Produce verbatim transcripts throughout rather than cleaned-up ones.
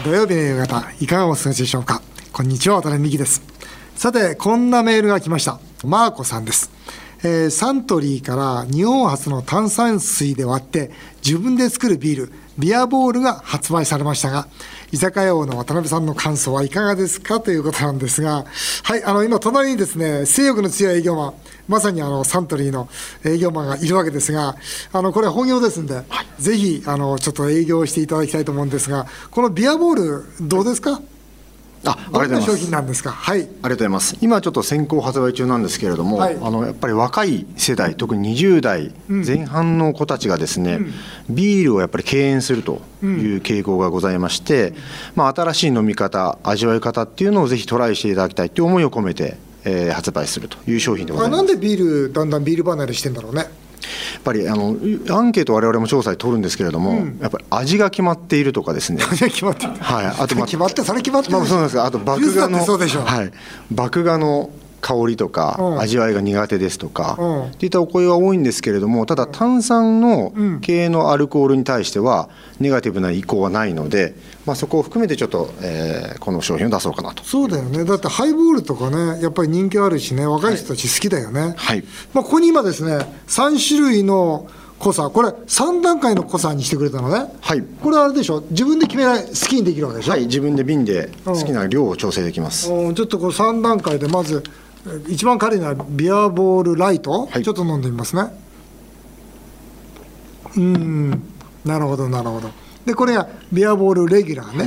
土曜日の夕方いかがお過ごしでしょうか。こんにちは、渡辺美希です。さて、こんなメールが来ました。マーコさんです。えー、サントリーから日本初の炭酸水で割って自分で作るビール、ビアボールが発売されましたが、居酒屋王の渡辺さんの感想はいかがですかということなんですが、はい、あの今隣にですね、性欲の強い営業マン、まさにあのサントリーの営業マンがいるわけですが、あのこれは本業ですんで、はい、ぜひあのちょっと営業していただきたいと思うんですが、このビアボールどうですか。 あ、ありがとうございます。 どんな商品なんですか。はい、ありがとうございます。今ちょっと先行発売中なんですけれども、はい、あのやっぱり若い世代、特ににじゅう代前半の子たちがですね、うん、ビールをやっぱり敬遠するという傾向がございまして、うん、まあ、新しい飲み方、味わい方っていうのをぜひトライしていただきたいという思いを込めて、えー、発売するという商品でございます。 なんでビールだんだんビール離れしてんだろうね。 やっぱりあのアンケート我々も調査で取るんですけれども、うん、やっぱり味が決まっているとかですね。 味が決まっている。 はい。あと、まあ、 決まってそれ決まってる。 まあ、そうなんですが、あと麦芽の、はい、麦芽の香りとか、うん、味わいが苦手ですとか、うん、っていったお声は多いんですけれども、ただ炭酸の系のアルコールに対してはネガティブな意向はないので、まあ、そこを含めてちょっと、えー、この商品を出そうかなと。 そうだよね。だってハイボールとかね、やっぱり人気あるしね、若い人たち好きだよね。 はい。 まあ、ここに今ですね、さん種類の濃さ、これさん段階の濃さにしてくれたのね。 はい。 これあれでしょ、自分で決めない、好きにできるわけでしょ。 はい、自分で瓶で好きな量を調整できます。 うん、ちょっとこれさん段階でまず一番軽いのはビアボールライト、はい、ちょっと飲んでみますね。うん、なるほどなるほど。でこれがビアボールレギュラーね、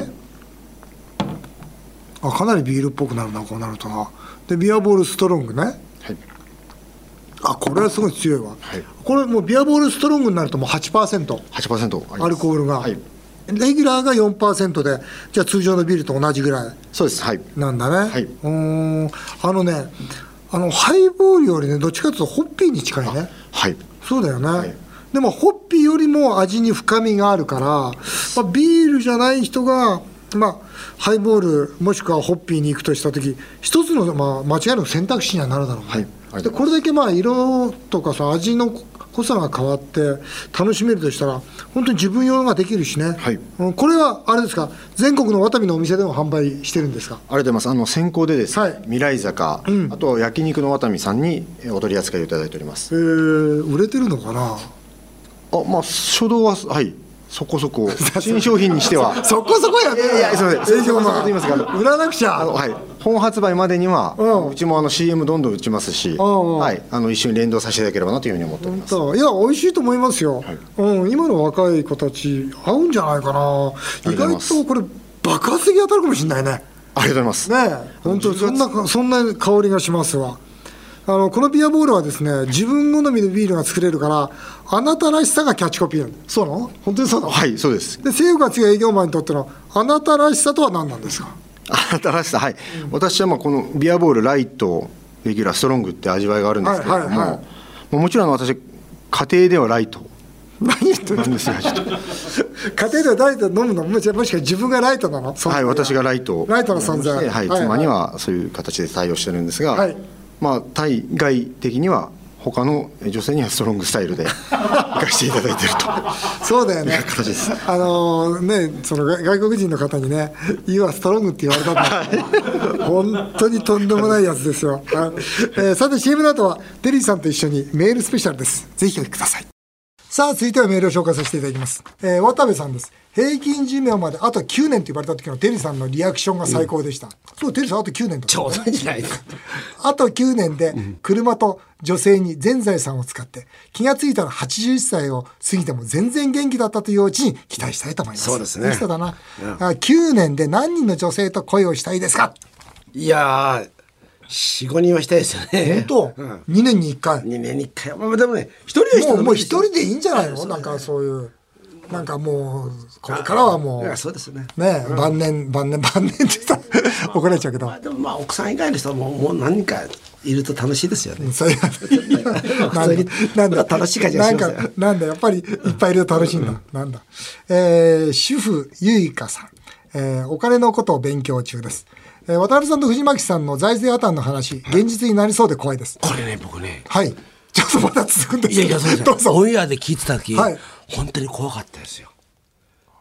はい、あ、かなりビールっぽくなるな、こうなるとな。でビアボールストロングね、はい、あ、これはすごい強いわ、はい、これもうビアボールストロングになるともう はちパーセント, はちパーセントアルコールが、はい、レギュラーが よんパーセント で、じゃあ通常のビールと同じぐらい。 そうです、はい、 なんだね、 はい、 うーん、あのね、あのハイボールよりね、どっちかというとホッピーに近いね。 はい、 そうだよね、 はい、 でもホッピーよりも味に深みがあるから、まあ、ビールじゃない人が、まあ、ハイボールもしくはホッピーに行くとしたとき、一つの、まあ、間違いの選択肢にはなるだろうね、はい、でこれだけまあ色とかさ、味の濃さが変わって楽しめるとしたら、本当に自分用ができるしね、はい、うん、これはあれですか、全国のワタミのお店でも販売してるんですか。 ありがとうございます。あの先行でですね、はい、未来坂、うん、あと焼肉のワタミさんにお取り扱いをいただいております。 えー、売れてるのかな。 あ、まあ初動は、はい、そこそこ新商品にしてはそこそこやね。いやいや、すみません、営業マン売らなくちゃ。 あの、はい、本発売までには、うん、うちもあの シーエム どんどん打ちますし、うん、はい、あの一緒に連動させていただければなというふうに思っております。 いや、美味しいと思いますよ、はい、うん、今の若い子たち合うんじゃないかな。意外とこれ爆発的当たるかもしれないね。 ありがとうございます。 ね、本当そんなそんな香りがしますわ。あのこのビアボールはですね、自分好みのビールが作れるから、あなたらしさがキャッチコピーなんだ。そうなの？本当にそうなの？ はい、そうです。 で、性欲が強い営業マンにとってのあなたらしさとは何なんですか？ あなたらしさ、はい、うん、私はまあこのビアボールライト、レギュラー、ストロングって味わいがあるんですけれども、はいはいはい、もちろん私家庭ではライト何言ってるんですよ。家庭ではライト飲むの、もしかして自分がライトなの？ はい、私がライト、 ライトの存在、 はい、妻にはそういう形で対応してるんですが、はい、まあ、対外的には他の女性にはストロングスタイルで生かしていただいているとそうだよね、 形です。 あのー、ね、その外国人の方にね、You are strong って言われたんだ、はい、本当にとんでもないやつですよ、はい、えー、さて シーエム の後はテリーさんと一緒にメールスペシャルです。ぜひお聞きください。さあ続いてはメールを紹介させていただきます、えー、渡部さんです。平均寿命まであときゅうねんと言われた時のテリーさんのリアクションが最高でした、うん、そう、テリーさんあときゅうねんだった、 ちょうどいいんじゃないですか。 あときゅうねんで車と女性に全財産を使って気がついたらはちじゅっさいを過ぎても全然元気だったといううちに期待したいと思います。 そうですね、 いい人だな、うん、きゅうねんで何人の女性と恋をしたいですか。 いやー、よん、ごにんはしたいですよね。 本当、うん、にねんにいっかい。 にねんにいっかい。まあ、でもね、一人は一人もう、もう一人でいいんじゃないの、ね、なんかそういう。なんかもう、これからはもう、 そうですね。 ね、うん、晩年、晩年、晩年って言ったら怒られちゃうけど。 でもまあ、奥さん以外の人はもう、もう何人かいると楽しいですよね。 そういうなんだ、 楽しい感じがしますよ。 なんか、なんだ、やっぱりいっぱいいると楽しいんだ。なんだ。えー、主婦、ゆいかさん。えー、お金のことを勉強中です。えー、渡辺さんと藤巻さんの財政破綻の話、現実になりそうで怖いです。 これね、僕ね。 はい。ちょっとまだ続くんですけど。 いやいや、そうです。オンエアで聞いてた時、はい、本当に怖かったですよ。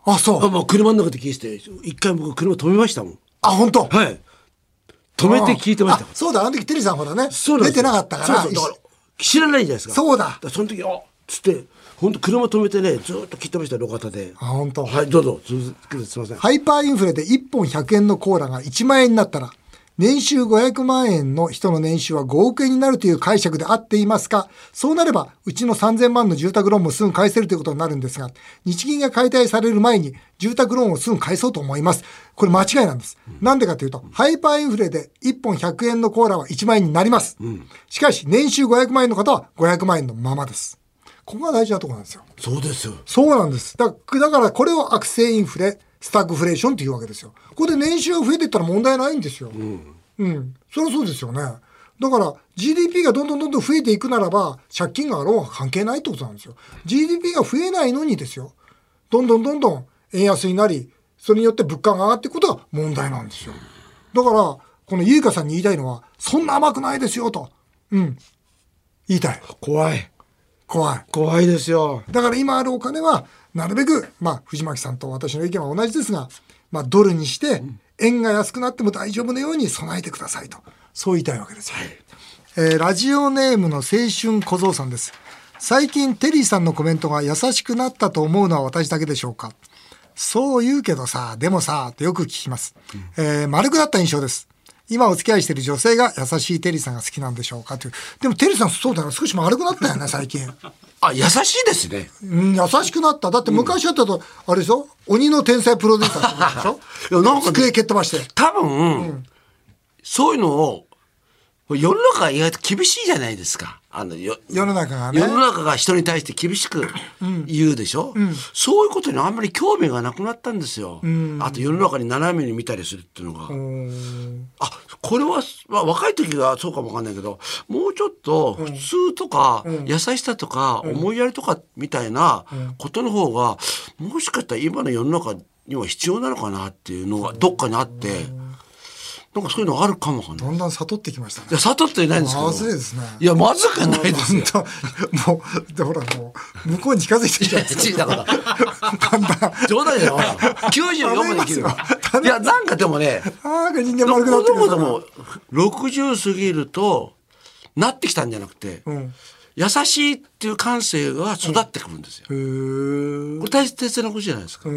あ、そう。 あ、もう車の中で聞いてて、一回僕車止めましたもん。 あ、本当。 はい。止めて聞いてました。 そうだ、あの時テリーさんほらね、出てなかったから。 そうそう、だから知らないじゃないですか。 そうだ。 だその時、あっつって、本当車止めてね、ずっと聞いてましたよ、路肩で。 あ、本当。 はい、どうぞ。すみません。 ハイパーインフレでいっぽんひゃくえんのコーラがいちまんえんになったら、年収ごひゃくまんえんの人の年収はごおくえんになるという解釈で合っていますか？そうなれば、うちのさんぜんまんの住宅ローンもすぐ返せるということになるんですが、日銀が解体される前に住宅ローンをすぐ返そうと思います。これ間違いなんです。うん、なんでかというと、ハイパーインフレでいっぽんひゃくえんのコーラはいちまんえんになります。うん、しかし、年収ごひゃくまんえんの方はごひゃくまんえんのままです。ここが大事なところなんですよ。 そうですよ。 そうなんです。だから、だからこれを悪性インフレ、スタグフレーションっていうわけですよ。ここで年収が増えていったら問題ないんですよ。うんうん。そりゃそうですよね。だから ジーディーピー がどんどんどんどん増えていくならば、借金があろうが関係ないってことなんですよ。ジーディーピー が増えないのにですよ。どんどんどんどん円安になり、それによって物価が上がっていくことが問題なんですよ。だから、このゆいかさんに言いたいのは、そんな甘くないですよと。うん。言いたい。 怖い。 怖い。 怖いですよ。 だから今あるお金は、なるべく、まあ、藤巻さんと私の意見は同じですが、まあ、ドルにして、うん円が安くなっても大丈夫なように備えてくださいと。そう言いたいわけですよ。はいえー、ラジオネームの青春小僧さんです。最近テリーさんのコメントが優しくなったと思うのは私だけでしょうか。そう言うけどさ、でもさ、ってよく聞きます。うん、えー、丸くなった印象です。今お付き合いしている女性が優しいテリーさんが好きなんでしょうかという。でもテリーさんそうだな、少し丸くなったよね、最近。 あ、優しいですね。 うん、優しくなった。だって昔だったと、あれでしょ、鬼の天才プロデューサーでしょいやなんか、ね、机蹴っ飛ばして。 多分、うん、そういうのを、世の中が意外と厳しいじゃないですか。あのよ世の中がね。 世の中が人に対して厳しく言うでしょ、うんうん、そういうことにあんまり興味がなくなったんですよ。うん、あと世の中に斜めに見たりするっていうのが。あ、これは、まあ、若い時はそうかもわかんないけど、もうちょっと普通とか、うん、優しさとか、うん、思いやりとかみたいなことの方が、もしかしたら今の世の中には必要なのかなっていうのがどっかにあって、なんかそういうのあるかもかな。 だんだん悟ってきましたね。 いや悟っていないんですけど。 まずいですね。 いやまずくないですよ。 もうでほらもう向こうに近づいてるじゃないですか。 だからだんだん冗談じゃない。きゅうじゅうよんまで生きるわ。いやなんかでもね。 なんか人間丸くなってくる。 子供でもろくじゅう過ぎるとなってきたんじゃなくて。うん優しいっていう感性が育ってくるんですよ。うん、へえ。これ大切なことじゃないですか。 うん、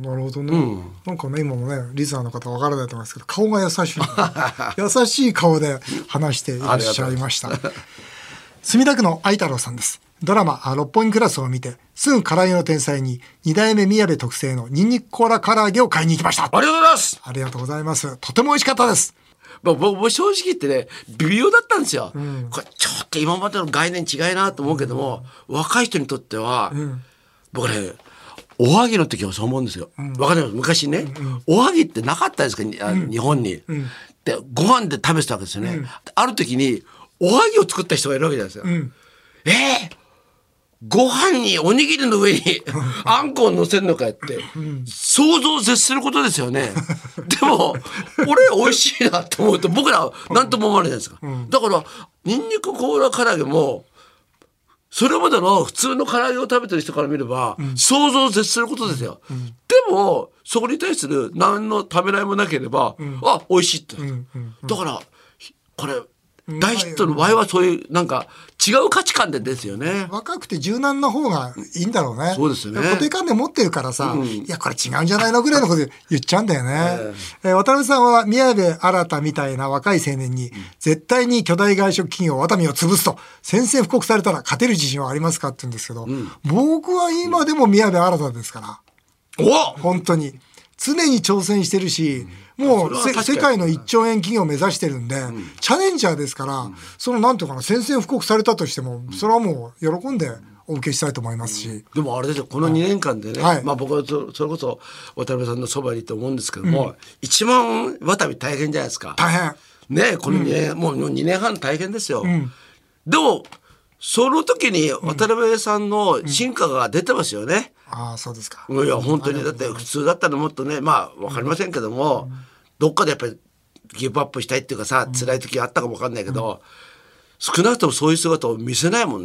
なるほどね。うん、なんかね今もねリスナーの方わからないと思いますけど顔が優しい優しい顔で話していらっしゃいました。墨田区の愛太郎さんです。ドラマ六本木クラスを見てすぐ唐揚げの天才にに代目宮部特製のニンニクコーラ唐揚げを買いに行きました。 ありがとうございます。 ありがとうございます。とても美味しかったです。 僕も正直言ってね微妙だったんですよ、うん、これちょっと今までの概念違いなと思うけども、うん、若い人にとっては、うん、僕ねおはぎの時はそう思うんですよ、うん、わかります昔ね、うん、おはぎってなかったですか、うん、日本に、うん、でご飯で食べてたわけですよね、うん、ある時におはぎを作った人がいるわけじゃないですか、うん、えーご飯におにぎりの上にあんこを乗せるのかって、うん、想像を絶することですよね。でも俺美味しいなと思うと僕らは何とも思わないじゃないですか、うん、だからニンニクコーラ唐揚げもそれまでの普通の唐揚げを食べてる人から見れば、うん、想像を絶することですよ、うん、でもそこに対する何のためらいもなければ、うん、あ美味しいって、うんうん、だからこれ大ヒットの場合はそういうなんか違う価値観でですよね。 若くて柔軟な方がいいんだろうね。 そうですよね。 固定観念持ってるからさ、うん、いやこれ違うんじゃないのぐらいのこと言っちゃうんだよね。えーえー、渡辺さんは宮部新みたいな若い青年に、うん、絶対に巨大外食企業ワタミを潰すと宣戦布告されたら勝てる自信はありますかって言うんですけど、うん、僕は今でも宮部新ですから。 お本当に常に挑戦してるし、うん、もう世界のいっちょうえん企業を目指してるんで、うん、チャレンジャーですから、うん、そのなんていうかな宣戦布告されたとしても、うん、それはもう喜んでお受けしたいと思いますし、うん、 でもあれですよこのにねんかんでね、はい、まあ僕はそれこそ渡辺さんのそばにいて思うんですけども、うん、一番渡辺大変じゃないですか。 大変ねこのにねん、うん、もうにねんはん大変ですよ、うん、でもその時に渡辺さんの進化が出てますよね、 うん、ああそうですか。 いや本当にだって普通だったらもっとねまあ分かりませんけども、うん、どっかでやっぱりギブアップしたいっていうかさ、うん、辛い時あったかも分かんないけど、うん、少なくともそういう姿を見せないもんね。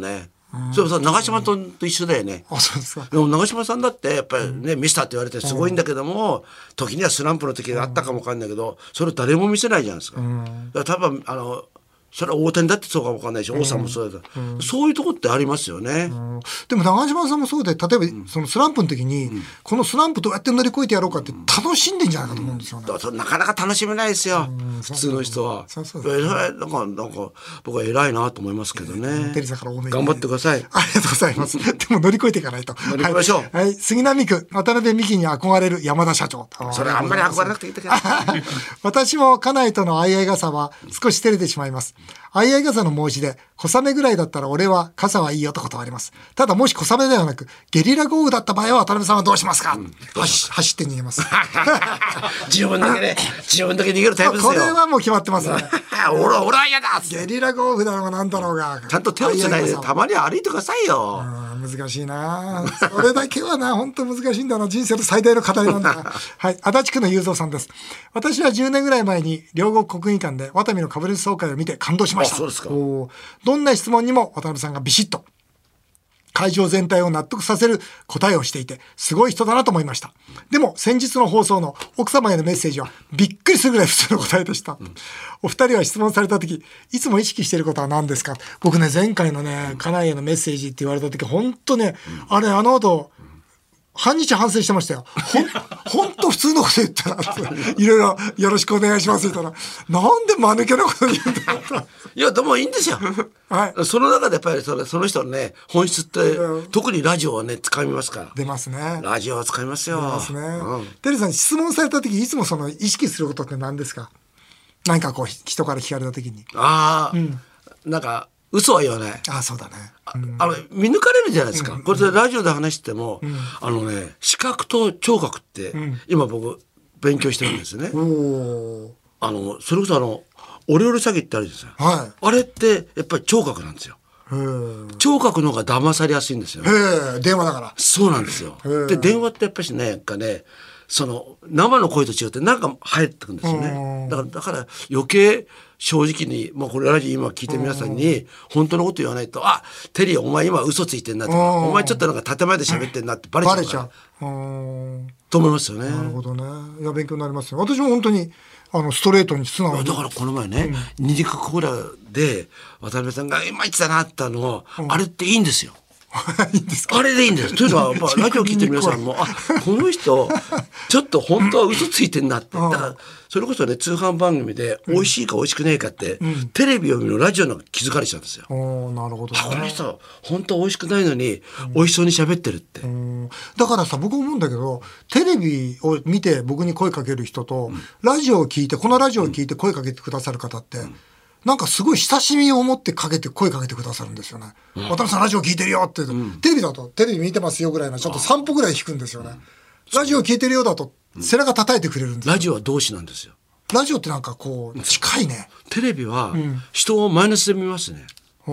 それもさ長嶋とと一緒だよね。 あ、そうですか。 でも長嶋さんだってやっぱりね、ミスターって言われてすごいんだけども、時にはスランプの時があったかもわかんないけど、それを誰も見せないじゃないですか。だから多分あのそれは大谷だってそうかもわかんないし、王さんもそうだけど、そういうとこってありますよね。 でも長嶋さんもそうで、例えばそのスランプの時に、このスランプどうやって乗り越えてやろうかって楽しんでんじゃないかと思うんですよね。 だからなかなか楽しめないですよ、普通の人は。 そうそうそれなんかなんか僕は偉いなと思いますけどね。 テリーさんから多めに頑張ってください。 ありがとうございます。でも乗り越えていかないと。 乗り越えましょう。 はい、はい、杉並区渡辺美樹に憧れる山田社長。 それあんまり憧れなくていいんだけど。 私も家内との相合い傘は少し照れてしまいます。相合い傘の申しで、小雨ぐらいだったら俺は傘はいいよと断ります。ただもし小雨ではなくゲリラ豪雨だった場合は渡辺さんはどうしますか？うん、走, 走って逃げます。 自分だけね、自分だけ逃げるタイプですよ。 これはもう決まってますね。 俺は俺は嫌だ。 ゲリラ豪雨だろうがなんだろうが。 ちゃんと手をつないでたまには歩いてくださいよ。 難しいな。それだけはな、本当難しいんだな。人生の最大の課題なんだな。はい、足立区の雄三さんです。私はじゅうねんぐらい前に両国国技館でワタミの株主総会を見て感動しました。 あ、そうですか。 どんな質問にも渡辺さんがビシッと会場全体を納得させる答えをしていて、すごい人だなと思いました。でも先日の放送の奥様へのメッセージはびっくりするぐらい普通の答えでした。うん、お二人は質問された時、いつも意識していることは何ですか？僕ね、前回のね、家内へのメッセージって言われた時、本当ね、うん、あれあの後半日反省してましたよ。ほん、ほんと普通のこと言ったら、いろいろよろしくお願いしますって言ったら、なんで間抜けなこと言うんだろう。 いや、でもいいんですよ。はい。その中でやっぱりそれその人のね、本質って、うん、特にラジオはね、掴みますから。 出ますね。 ラジオは掴みますよ。 出ますね。うん、テリーさん、質問された時、いつもその意識することって何ですか？何かこう、人から聞かれた時に。 ああ、うん、なんか、嘘は言わない。 ああ、そうだね。 うん、あの見抜かれるじゃないですか。うん、これでラジオで話しても、うん、あのね、視覚と聴覚って、うん、今僕勉強してるんですね。おあのそれこそあのオレオレ詐欺ってあるじゃないですか。はい、あれってやっぱり聴覚なんですよ。聴覚の方が騙されやすいんですよ。 へ電話だから。 そうなんですよ。で電話ってやっぱりね、なんかね、その生の声と違ってなんか入ってくるんですよね。だからだから余計正直に、もうこれラジオ今聞いて皆さんに本当のこと言わないと、あ、テリーお前今嘘ついてんなとか、お前ちょっとなんか建前で喋ってんなってバレちゃうから。バレちゃう。と思いますよね。 なるほどね。いや勉強になりますね。私も本当にあのストレートに素直に。 だからこの前ね、うん、二軸コーラで渡辺さんがいまいちだなってたのを、うん、あれっていいんですよ。いいんですか？あれでいいんです。というのは、まあ、ラジオ聞いてる皆さんも、あ、この人ちょっと本当は嘘ついてんなって。だからそれこそね、通販番組で美味しいか美味しくないかって、うん、テレビを見るラジオの気づかれちゃうんですよ。 おなるほど、ね、 あ、この人本当は美味しくないのに、うん、美味しそうに喋ってるって、うん、 だからさ、僕思うんだけど、テレビを見て僕に声かける人と、うん、ラジオを聞いてこのラジオを聞いて声かけてくださる方って、うん、なんかすごい親しみを持ってかけて声かけてくださるんですよね。うん、渡辺さんラジオ聞いてるよって、うん、テレビだとテレビ見てますよぐらいのちょっと散歩ぐらい引くんですよね。ラジオ聞いてるよだと背中叩いてくれるんですよ。 ラジオは同志なんですよ。 ラジオってなんかこう近いね。 テレビは人をマイナスで見ますね。うん、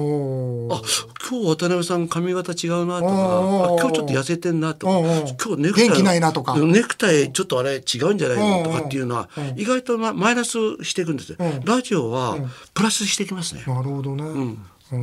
あ、今日渡辺さん髪型違うなとか、あ、今日ちょっと痩せてんなとか、今日ネクタイ元気ないなとか、 ネクタイちょっとあれ違うんじゃないのとかっていうのは意外とマイナスしていくんですよ。ラジオはプラスしていきますね。 なるほどね。うん、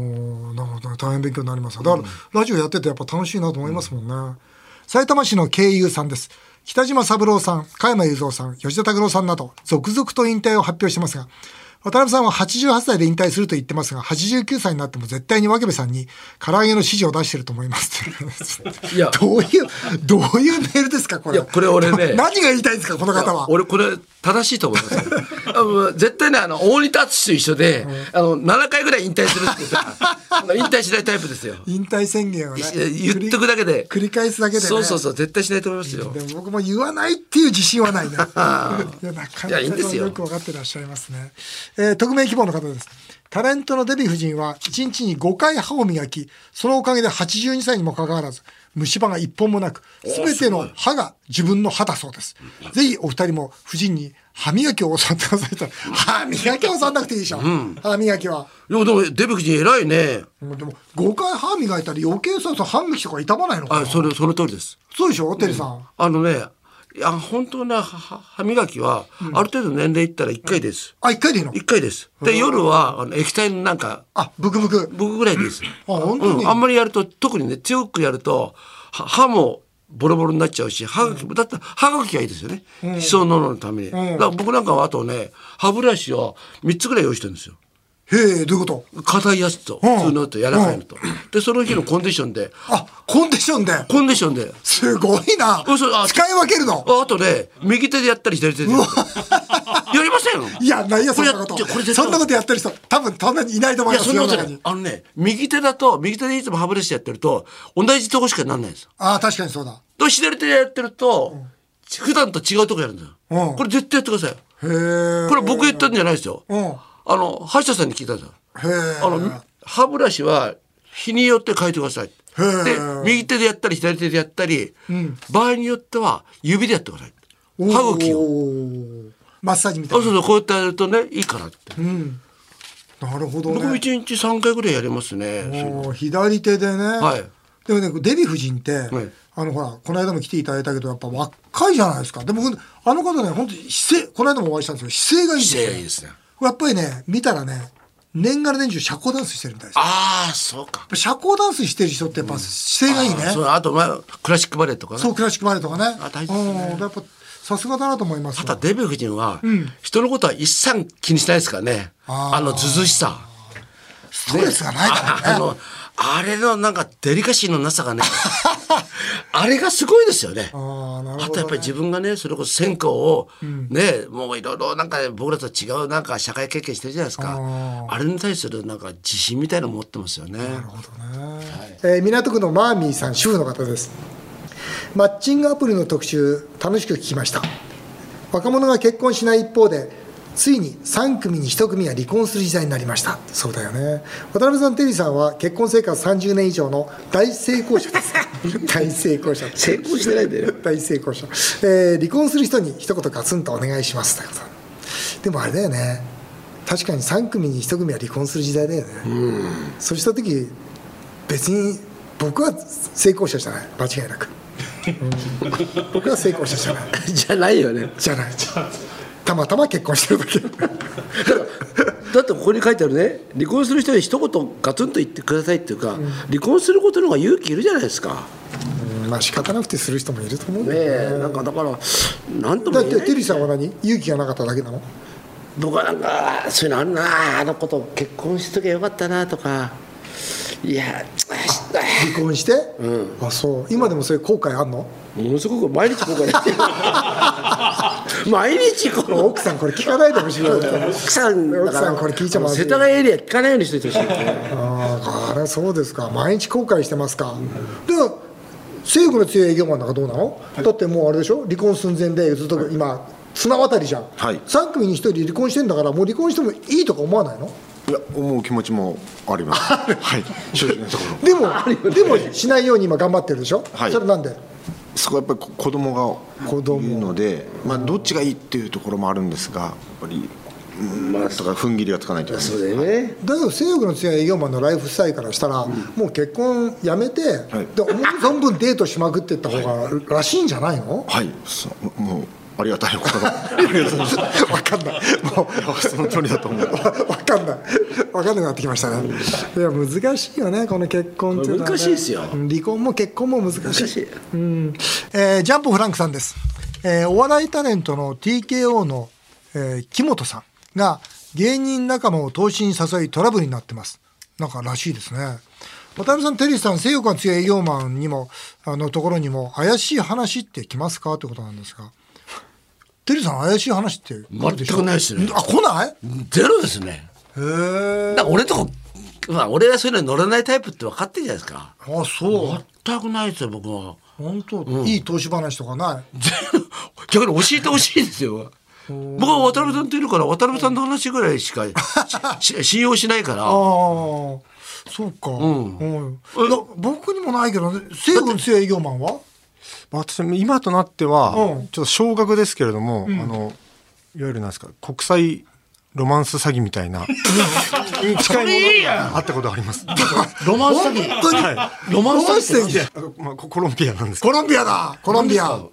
なるほどね。大変勉強になります。だからラジオやっててやっぱ楽しいなと思いますもんね。うん、埼玉市の慶友さんです。北島三郎さん、加山雄三さん、吉田拓郎さんなど続々と引退を発表してますが、渡辺さんははちじゅうはっさいで引退すると言ってますが、はちじゅうきゅうさいになっても絶対に渡部さんに唐揚げの指示を出してると思います。いや、どういう、どういうメールですか、これ。 いや、これ俺ね。 何が言いたいんですか、この方は。 俺、これ、正しいと思いますよ。絶対ね、あの、大仁田敦と一緒で、うん、あの、ななかいぐらい引退するってさ、引退しないタイプですよ。 引退宣言をね。 言っとくだけで。 繰り返すだけで、ね。 そうそうそう、絶対しないと思いますよ。 でも僕も言わないっていう自信はないね。いや、なかなかよく分かってらっしゃいますね。えー、匿名希望の方です。タレントのデヴィ夫人はいちにちにごかい歯を磨き、そのおかげではちじゅうにさいにもかかわらず虫歯が一本もなく、すべての歯が自分の歯だそうです。ぜひお二人も夫人に歯磨きを教わってくださいと。歯磨きは教わんなくていいでしょ、うん、歯磨きは。 いやでもデヴィ夫人偉いね。 でもごかい歯磨いたら余計さ、歯茎とか傷まないのかな。 あ、それその通りです。 そうでしょ、テリーさん、うん、 あのね、 いや本当な歯磨きは、うん、ある程度年齢いったらいっかいです。 あ、いっかいでいいの？ いっかいです。で夜はあの液体のなんかあブクブクブクぐらいです。 あ本当に、 うん、あんまりやると特にね強くやると歯もボロボロになっちゃうし歯茎も、うん、だったら歯茎がいいですよね。歯槽膿漏のために、うん、だから僕なんかはあとね歯ブラシをみっつぐらい用意してるんですよ。 へえ、どういうこと？ 硬いやつと、うん、普通のと柔らかいのと、うん、でその日のコンディションで、 あ、コンディションでコンディションですごいな。使い分けるの？ あとね右手でやったり左手でやったりやりませんよ。 いや、ないやそんなこと。そんなことやってる人多分そんなにいないと思いますよ。 いやそんなことない。あのね右手だと右手でいつも歯ブラシやってると同じとこしかなんないんですよ。 ああ確かにそうだ。 と左手でやってると、うん、普段と違うとこやるんですよ、うん、これ絶対やってください。 へえ。 これ僕言ったんじゃないですよ、うん、あの歯医者さんに聞いたんですよ。あの歯ブラシは日によって変えてください。で右手でやったり左手でやったり、うん、場合によっては指でやってください。歯茎をマッサージみたいな。 そうそうこうやってやるとねいいかなって、うん、 なるほどね。 僕いちにちさんかいぐらいやりますね。 左手でね、はい、でもねデヴィ夫人って、はい、あのほらこの間も来ていただいたけどやっぱ若いじゃないですか。でもあの方ね本当に姿勢この間もお会いしたんですけど姿勢がいいんですよ。 姿勢がいいですね。 やっぱりね見たらね年がら年中社交ダンスしてるみたいです。 ああそうか。 社交ダンスしてる人ってやっぱ姿勢がいいね。 うん、あそうあと、まあ、クラシックバレエとかね。 そうクラシックバレエとかね。 あ大事ですね。 やっぱさすがだなと思います。 あとはデヴィ夫人は、うん、人のことは一切気にしないですからね。あ, あのずずしさストレスがないからね。 あ, あ, のあれのなんかデリカシーのなさがねあれがすごいですよね。 あ, なるほどね。あとやっぱり自分がねそれこそ線香を、うん、ねもういろいろなんか僕らと違うなんか社会経験してるじゃないですか。 あ, あれに対するなんか自信みたいなの持ってますよね。 なるほどね、はいえー、港区のマーミーさん主婦の方です。マッチングアプリの特集楽しく聞きました。若者が結婚しない一方でついにさん組にいち組は離婚する時代になりました。そうだよね。渡辺さんテリーさんは結婚生活さんじゅうねん以上の大成功者です大成功者成功してないんだよ大成功者、えー、離婚する人に一言ガツンとお願いしますということ。でもあれだよね確かにさん組にいち組は離婚する時代だよね。うんそうした時別に僕は成功者じゃない間違いなくうん、僕は成功者じゃないじゃないよね。 じゃないたまたま結婚してるだけだってここに書いてあるね離婚する人に一言ガツンと言ってくださいっていうか、うん、離婚することの方が勇気いるじゃないですか。 うんまあ仕方なくてする人もいると思うんだよね。ねなんかだからなんとも言えない。 だってテリーさんは何勇気がなかっただけなの？ 僕はなんかそういうのあるなあの子と結婚しときゃよかったなとかいや離婚して、うん、あそう今でもそういう後悔あんの？ ものすごく毎日後悔やってる毎日この奥さんこれ聞かないでほしい奥さん奥さんこれ聞いちゃまずい。 世田谷エリア聞かないようにしててほしいああそうですか。毎日後悔してますか、うん、では性欲の強い営業マンなんかどうなの、はい、だってもうあれでしょ離婚寸前でずっと今綱渡りじゃん、はい、さん組にひとり離婚してんだからもう離婚してもいいとか思わないの？ いや思う気持ちもありますはい正直なところでもでもしないように今頑張ってるでしょ、はい、それなんで？ そこはやっぱり子供がいるので、まあ、どっちがいいっていうところもあるんですがやっぱりまあとか踏ん切りがつかないというか、 そうだよね。 だけど性欲の強い営業マンのライフスタイルからしたら、うん、もう結婚やめて、はい、で思う存分デートしまくっていった方がらしいんじゃないの？ はい、そうもうありがたいお言葉ありがとうございます分かんないもうその通りだと思う分かんない分かんなくなってきましたね。いや難しいよねこの結婚っていうのは、ね、 難しいですよ。 離婚も結婚も難しい。 難しい、 うんえー、ジャンプフランクさんです、えー、お笑いタレントの ティーケーオー の、えー、木本さんが芸人仲間を投資に誘いトラブルになってますなんからしいですね。渡辺さんテリーさん性欲が強い営業マンにもあのところにも怪しい話って来ますかということなんですが、テリーさん怪しい話って全くないですね。 あ来ない？ ゼロですね。 へえ。 だから俺とこ、まあ、俺がそういうのに乗らないタイプって分かってるじゃないですか。 あそう全くないですよ僕は。 本当、うん、いい投資話とかない？ 逆に教えてほしいですよ。僕は渡辺さんといるから渡辺さんの話ぐらいしか信用しないから。ああそうか、うんうん、僕にもないけど性欲の強い営業マンは私今となっては、うん、ちょっと少額ですけれども、うん、あのいわゆるなんですか国際ロマンス詐欺みたいな近いものがあったことあります。 ロマンス詐欺、 はい、 ロマンス詐欺って、 まあ、コロンビアなんですけど。コロンビアだコロンビア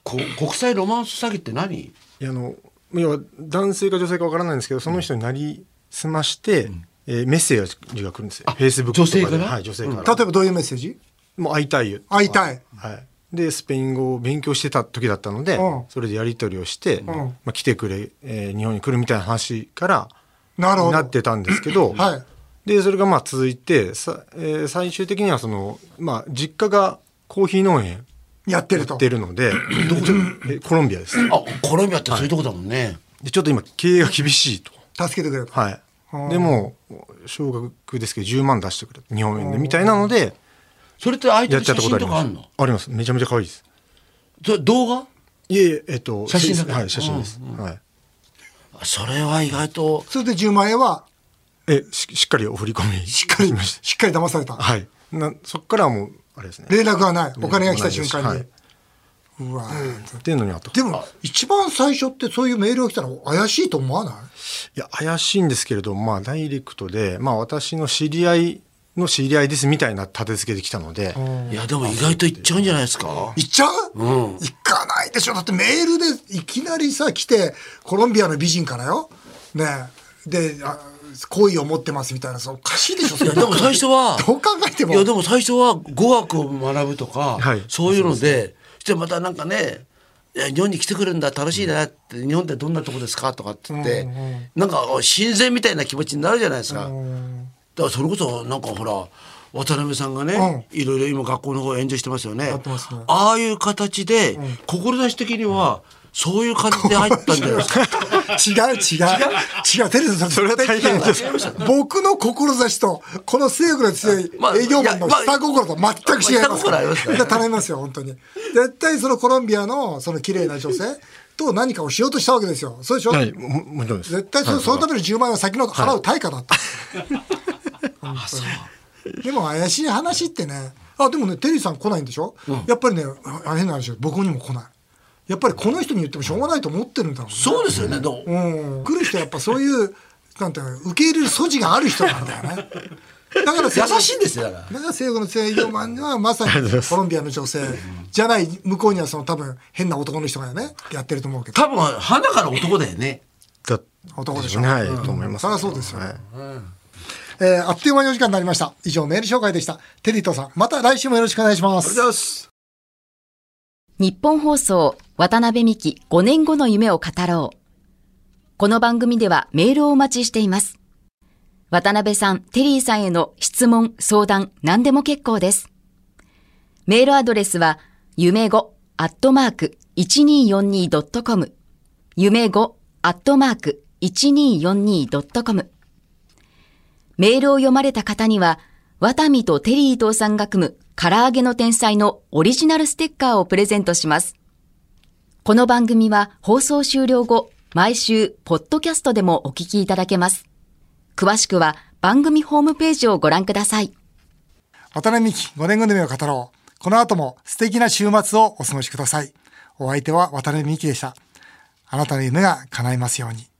こ国際ロマンス詐欺って何？ いやあの要は男性か女性かわからないんですけど、その人になりすまして、うん、えー、メッセージが来るんですよ。フェイスブックとかで。 女性から、 はい、女性から、うん、 例えばどういうメッセージ？ もう会いたい。 会いたい。 はい。でスペイン語を勉強してた時だったので、うん、それでやり取りをして、うん、まあ、来てくれ、えー、日本に来るみたいな話からなるほどなってたんですけど、 はい、でそれがまあ続いてさ、えー、最終的にはその、まあ、実家がコーヒー農園やってるとやってるのでどこえコロンビアです。 あ、コロンビアってそういうとこだもんね、はい、 でちょっと今経営が厳しいと助けてくれと、 はい、でも少額ですけどじゅうまん出してくれ日本円でみたいなので、 それって相手の写真とかあるの？ あります。めちゃめちゃ可愛いです。 それ動画？ いえいえ、えっと写真だけ、 はい、写真です、 うんうん、 はい。 それは意外と。 それでじゅうまんえんはえ し, しっかりお振り込みしっかりしっかり騙された。 はい。なそっからはもうあれですね。 連絡はない。お金が来た瞬間に。はい、うわ、 うん、っていうのにあった。 でも一番最初ってそういうメールが来たら怪しいと思わない？ いや怪しいんですけれど、まあダイレクトで、まあ私の知り合いの知り合いですみたいな立て付けできたので、 いやでも意外と行っちゃうんじゃないですか。 行っちゃう？うん、行かないでしょ。だってメールでいきなりさ来て、コロンビアの美人からよねで好意を持ってますみたいな、そうおかしいでしょ。それでも最初はどう考えても、 いやでも最初は語学を学ぶとか、はい、そういうのでしてまたなんかね、日本に来てくるんだ楽しいなって、日本ってどんなとこですかとかって言って、うんうん、なんか親善みたいな気持ちになるじゃないですか。うん、だからそれこそなんかほら渡辺さんがね、うん、いろいろ今学校の方援助してますよね。 やってますね。 ああいう形で、うん、志的にはそういう感じで入ったんじゃないですか。 違う違う違うテレビさん、それは大変です。僕の志とこの政府の強い営業マンの下心と全く違いますから、まあ、下心ありますから、ね、頼みますよ本当に。絶対そのコロンビアのその綺麗な女性と何かをしようとしたわけですよ。そうでしょ。はい、ももちろんです。絶対 そ,、はい、そのためのじゅうまんえんは先の払う対価だった、はい、あそうでも怪しい話ってね、あでもねテリーさん来ないんでしょ、うん、やっぱりねあ変な話、僕にも来ない。やっぱりこの人に言ってもしょうがないと思ってるんだろうね。 そうですよね。どう、 うん、来る人はやっぱそういうなんて受け入れる素地がある人なんだよね。だから優しいんですよ。だからだから政府の強い営業マンはまさにコロンビアの女性じゃない、向こうにはその多分変な男の人がねやってると思うけど、 多分花から男だよね。 だ男でしょ。 ない、うん、と思います。 そりゃそうですよ、はい。うんえー、あっという間にお時間になりました。以上メール紹介でした。テリーとさん、また来週もよろしくお願いします。 ありがとうございます。 日本放送渡辺美希ごねんごの夢を語ろう。この番組ではメールをお待ちしています。渡辺さん、テリーさんへの質問、相談、何でも結構です。メールアドレスは夢ごアットマーク いちにーよんにードットコム 夢ごアットマーク いちにーよんにードットコム。メールを読まれた方にはワタミとテリー伊藤さんが組む唐揚げの天才のオリジナルステッカーをプレゼントします。この番組は放送終了後、毎週ポッドキャストでもお聞きいただけます。詳しくは番組ホームページをご覧ください。 渡辺美希ごねんごの夢を語ろう。この後も素敵な週末をお過ごしください。お相手は渡辺美希でした。あなたの夢が叶いますように。